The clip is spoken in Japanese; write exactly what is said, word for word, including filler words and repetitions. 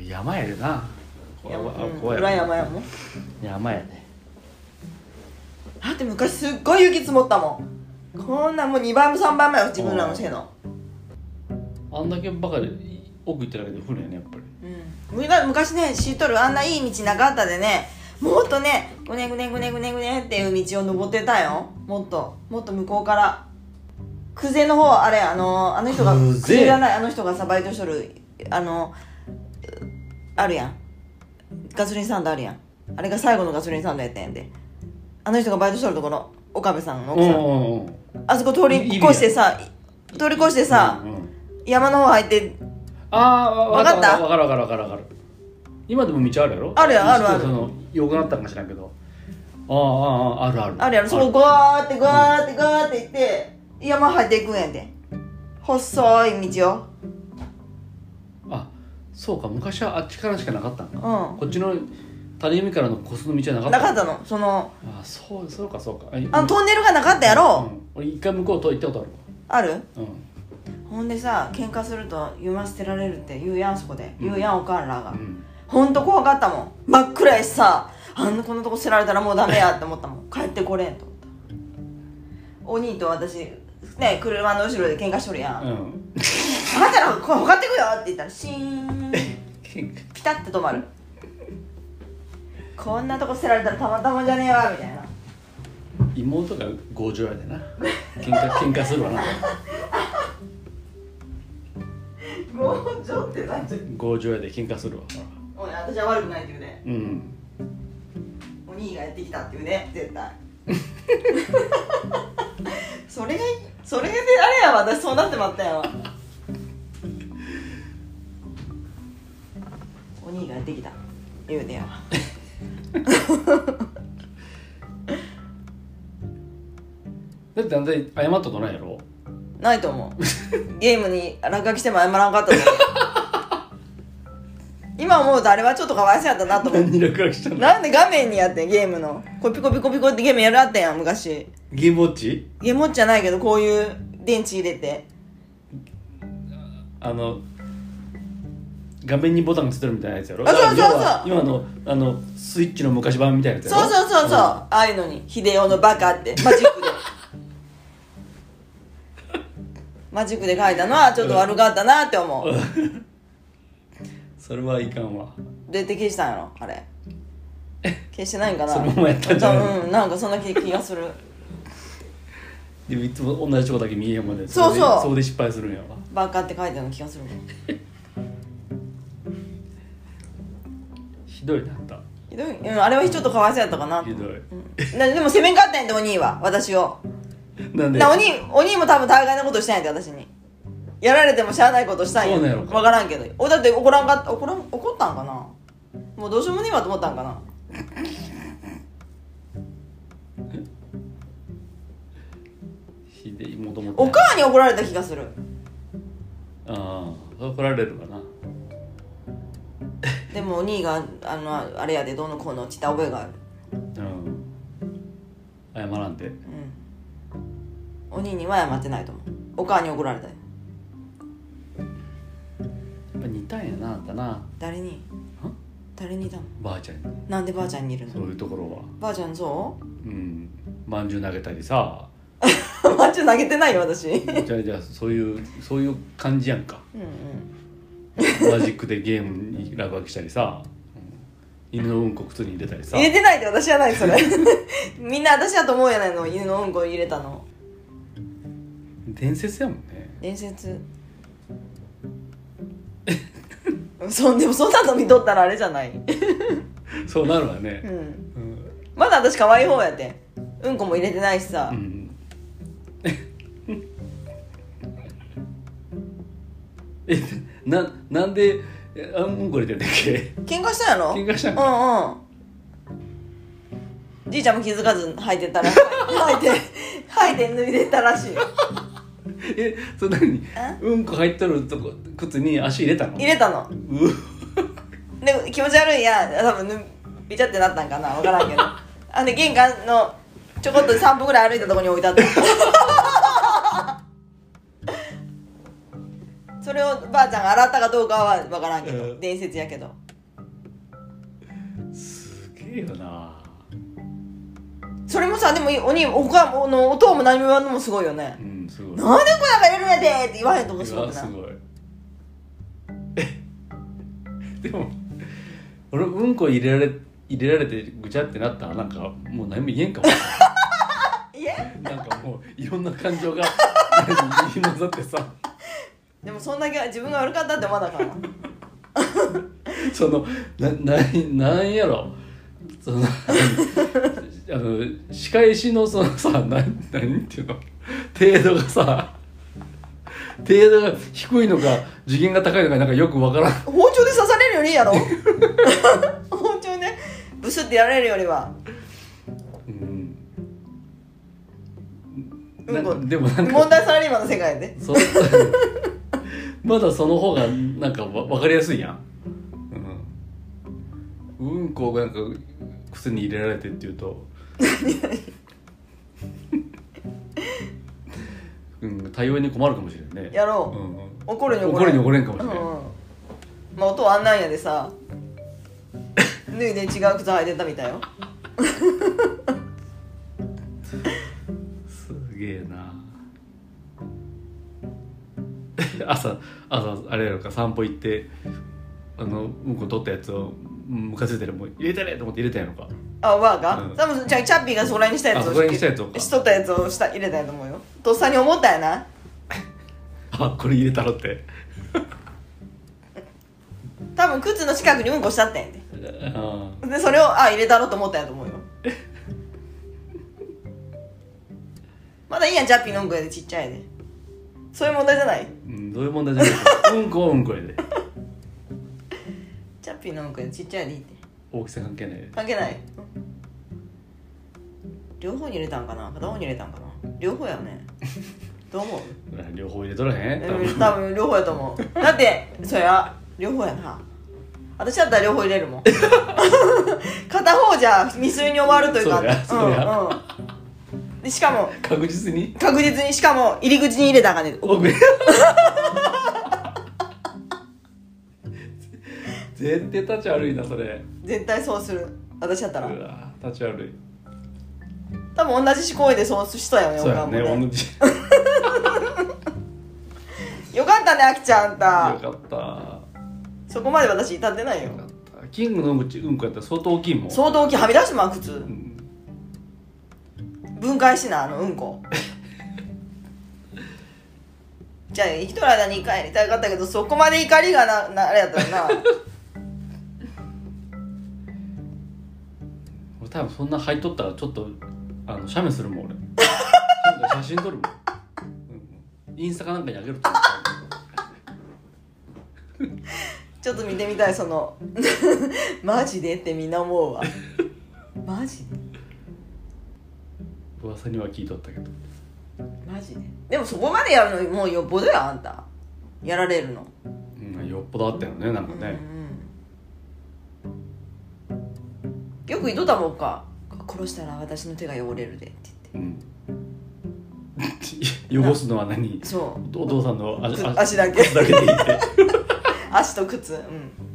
山やでな。 裏山やもん。 山やで。 だって昔すっごい雪積もったもん。こんなもうにばいもさんばいもよ、自分らのせいの。 あんだけバカで奥行ってるだけで降るんやね、やっぱり。 うん、昔ね、知っとるあんないい道なかったでね、もっとね、ぐねぐねぐねぐねぐねっていう道を登ってたよ。もっともっと向こうから久世の方、あれ、あのあの人が久世じゃない、あの人がさバイトしとる、あのあるやん、ガソリンスタンドあるやん、あれが最後のガソリンスタンドやったんやんで、あの人がバイトしとるところ、岡部さんの奥さん、うんうんうん、あそこ通り越してさ、通り越してさ、うんうん、山の方入って、 ああ、分かった分かる分かる分かる分かる。今でも道あるやろ。 あるやあるある。 そのよくなったかもしれんけど、あああああるあるあるやろ。そうガーってガーってガーっていって山入っていくんやんで、細い道よ。 あ、そうか、昔はあっちからしかなかったんか、 うん、こっちの種海からのコスの道はなかったなかったの。そのあ、そうそうかそうか、 あのトンネルがなかったやろ、 うん、俺一回向こうと行ったことある。 ある。うん、 ほんでさ、喧嘩すると馬捨てられるって言うやん、そこで、うん、言うやんおかんらが、うん、ほんと怖かったもん。真っ暗やしさ、あんなこんなとこ捨てられたらもうダメやって思ったもん。帰ってこれんと思った。お兄と私ね、車の後ろで喧嘩しとるやん、うん、分かったらほかってくよって言ったらシーンピタッて止まる。こんなとこ捨てられたらたまたまじゃねえわみたいな。 妹が強情やでな。喧嘩喧嘩するわな。 強情って何？ 強情やで喧嘩するわ。 おい、私は悪くないって言うね。 うん。 お兄がやってきたって言うね、絶対。それがそれであれやわ、私そうなってまったやわ。お兄がやってきた言うねやわ。 だってあんた謝ったことないやろ。 ないと思う。ゲームに落書きしても謝らんかったと思う。今思うとあれはちょっとかわいそうやったなと思う。 何に落書きしたの。 なんで画面にやってん、ゲームのこうピコピコピコってゲームやるあったやん昔。 ゲームウォッチ。 ゲームウォッチじゃないけど、こういう電池入れて、 あの画面にボタンがついてるみたいなやつやろ。 あ、そうそうそう。 今のあのスイッチの昔版みたいなやつやろ。 そうそうそうそう、うん、ああいうのに秀夫のバカってマジックでマジックで書いたのはちょっと悪かったなって思う。 それはいかんわ。 どうやって消したんやろあれ。消してないんかな。 そのままやったんじゃない。 うん、なんかそんな気がする。 でもいつも同じとこだけ見えへんもんで、 そうそう、 それで失敗するんやわ。 バカって書いてある気がするもん。 ひどいなった。 ひどい、うん、あれはちょっとかわいそうやったかな。 ひどい、 うん、でも責めんかったんやんて、お兄は私を。 なんでなお兄、お兄も多分大概なことしたんやんて、私に。やられてもしゃあないことしたんや。 そうなんやろか。 分からんけど、おだって怒らんかった、怒らん、怒ったんかな。もうどうしようもねえわと思ったんかな。 ひでえ、もともとお母に怒られた気がする。 ああ、怒られるかな。 でもお兄があのあれやでどうのこうのちった覚えがある。 うん、謝らんて。うん、 お兄には謝ってないと思う。お母に怒られたよ。 やっぱ似たんやな、あんたな。 誰に？誰にいたの？ ばあちゃんに。 なんでばあちゃんにいるの？ そういうところは。 ばあちゃんそう？ うん、まんじゅう投げたりさ。 まんじゅう投げてないよ私。 じゃあじゃあそういうそういう感じやんか。 うんうん。 マジックでゲームに落書きしたりさ、うん、犬のうんこ靴に入れたりさ。 入れてないって私はないそれ。みんな私だと思うやないの、犬のうんこ入れたの。 伝説やもんね。 伝説。そでもそんなの見とったらあれじゃない。 そうなるわね。うん、うん、 まだ私可愛い方やってうんこも入れてないしさ。うん、 えななんであうんこ入れてんだっけ。 喧嘩したんやろ。 喧嘩したんか。 うんうん。じいちゃんも気づかず履いてたら履いて履いて脱いでたらしい。 え、それ何？うんこ入っとるとこ靴に足入れたの？ 入れたの。で気持ち悪いや、多分ぬビチャってなったんかな、分からんけど。あの玄関のちょこっとさんぷんぐらい歩いたとこに置いてあった。それをばばあちゃんが洗ったかどうかは分からんけど、 うん伝説やけど。 すげえよな。 それもさ、でもおにおかおのお父も何も言わんのもすごいよね。 うん、すごい。 なんでこなんか入れるんやでって言わへんとこすごくない？ すごい。でも俺うんこ入れられ入れられてぐちゃってなったらなんかもう何も言えんかも。 いえ？ なんかもういろんな感情が入り混ざってさ。 でもそんだけ自分が悪かったってまだかな。 そのなななんやろ。そのあの仕返しのそのさな何ていうの程度がさ程度が低いのか次元が高いのかなんかよくわからん。 包丁で刺されるよりいいやろ。包丁でブスってやられるよりは。 うん。 うんこでもなんか問題サラリーマンの世界で。 そまだその方がなんかわ分かりやすいやん。うん。うんこがなんか靴に入れられてっていうと。うん、対応に困るかもしれないね。 やろう、 うんうん、 怒るに怒るに怒れんかもしれない、 うんうん、まあ音あんなんやでさ脱いで違う靴履いてたみたいよ。 すげえな。朝朝あれやろか散歩行ってあのうんこ取ったやつをムカついてるもう入れてねと思って入れたんやろか。 あ、おばあが、 うん、 多分じゃあチャッピーがそこらにしたやつをあそこらにしたやつをかしとったやつをした入れたんやと思うよ。とっさに思ったやな。 あ、これ入れたろって多分靴の近くにうんこしたったんやで。 あでそれをあ入れたろと思ったんやと思うよ。まだいいやん、チャッピーのうんこやでちっちゃいで。そういう問題じゃない。 うん、どういう問題じゃないうんこはうんこやでチャッピーのうんこやでちっちゃいでいいって大きさ関係ないで。 関係ない。両方に入れたんかな、片方に入れたんかな。両方やね。どう思う？ 両方入れとらへん多分、 うん、多分両方やと思う。だってそりゃ両方やな。私だったら両方入れるもん。片方じゃ未遂に終わるというか、 そうやそうや、 うんうん、でしかも確実に確実にしかも入り口に入れたんかね。 奥に絶対立ち悪いなそれ。 絶対そうする。私だったらうわ立ち悪い。 多分同じ思考でそうしそうやよね。 そうやね、 おかんも同じ。 よかったね、あきちゃんあんた。 よかったそこまで私至ってないよ。 よかった。キングのうんこうんこやったら相当大きいもん。 相当大きいはみ出してまう靴、 うん、 分解しな、あのうんこ。じゃあ生きとる間に帰りたかったけど、そこまで怒りがな、なあれやったらな。 俺多分そんな入っとったらちょっとあの写メするもん俺。写真撮るもん、うん、インスタかなんかにあげると思う。 ちょっと見てみたい、そのマジでってみんな思うわ。マジで噂には聞いとったけど。 マジで。でもそこまでやるのもうよっぽどや、あんたやられるの、 うん、よっぽどあったよね、なんかね、 うんうん、よく言っとったもんか、殺したら私の手が汚れるでって言って、 うん、汚すのは何？ そうお父さんの足足だけだけでいいって足と靴、うん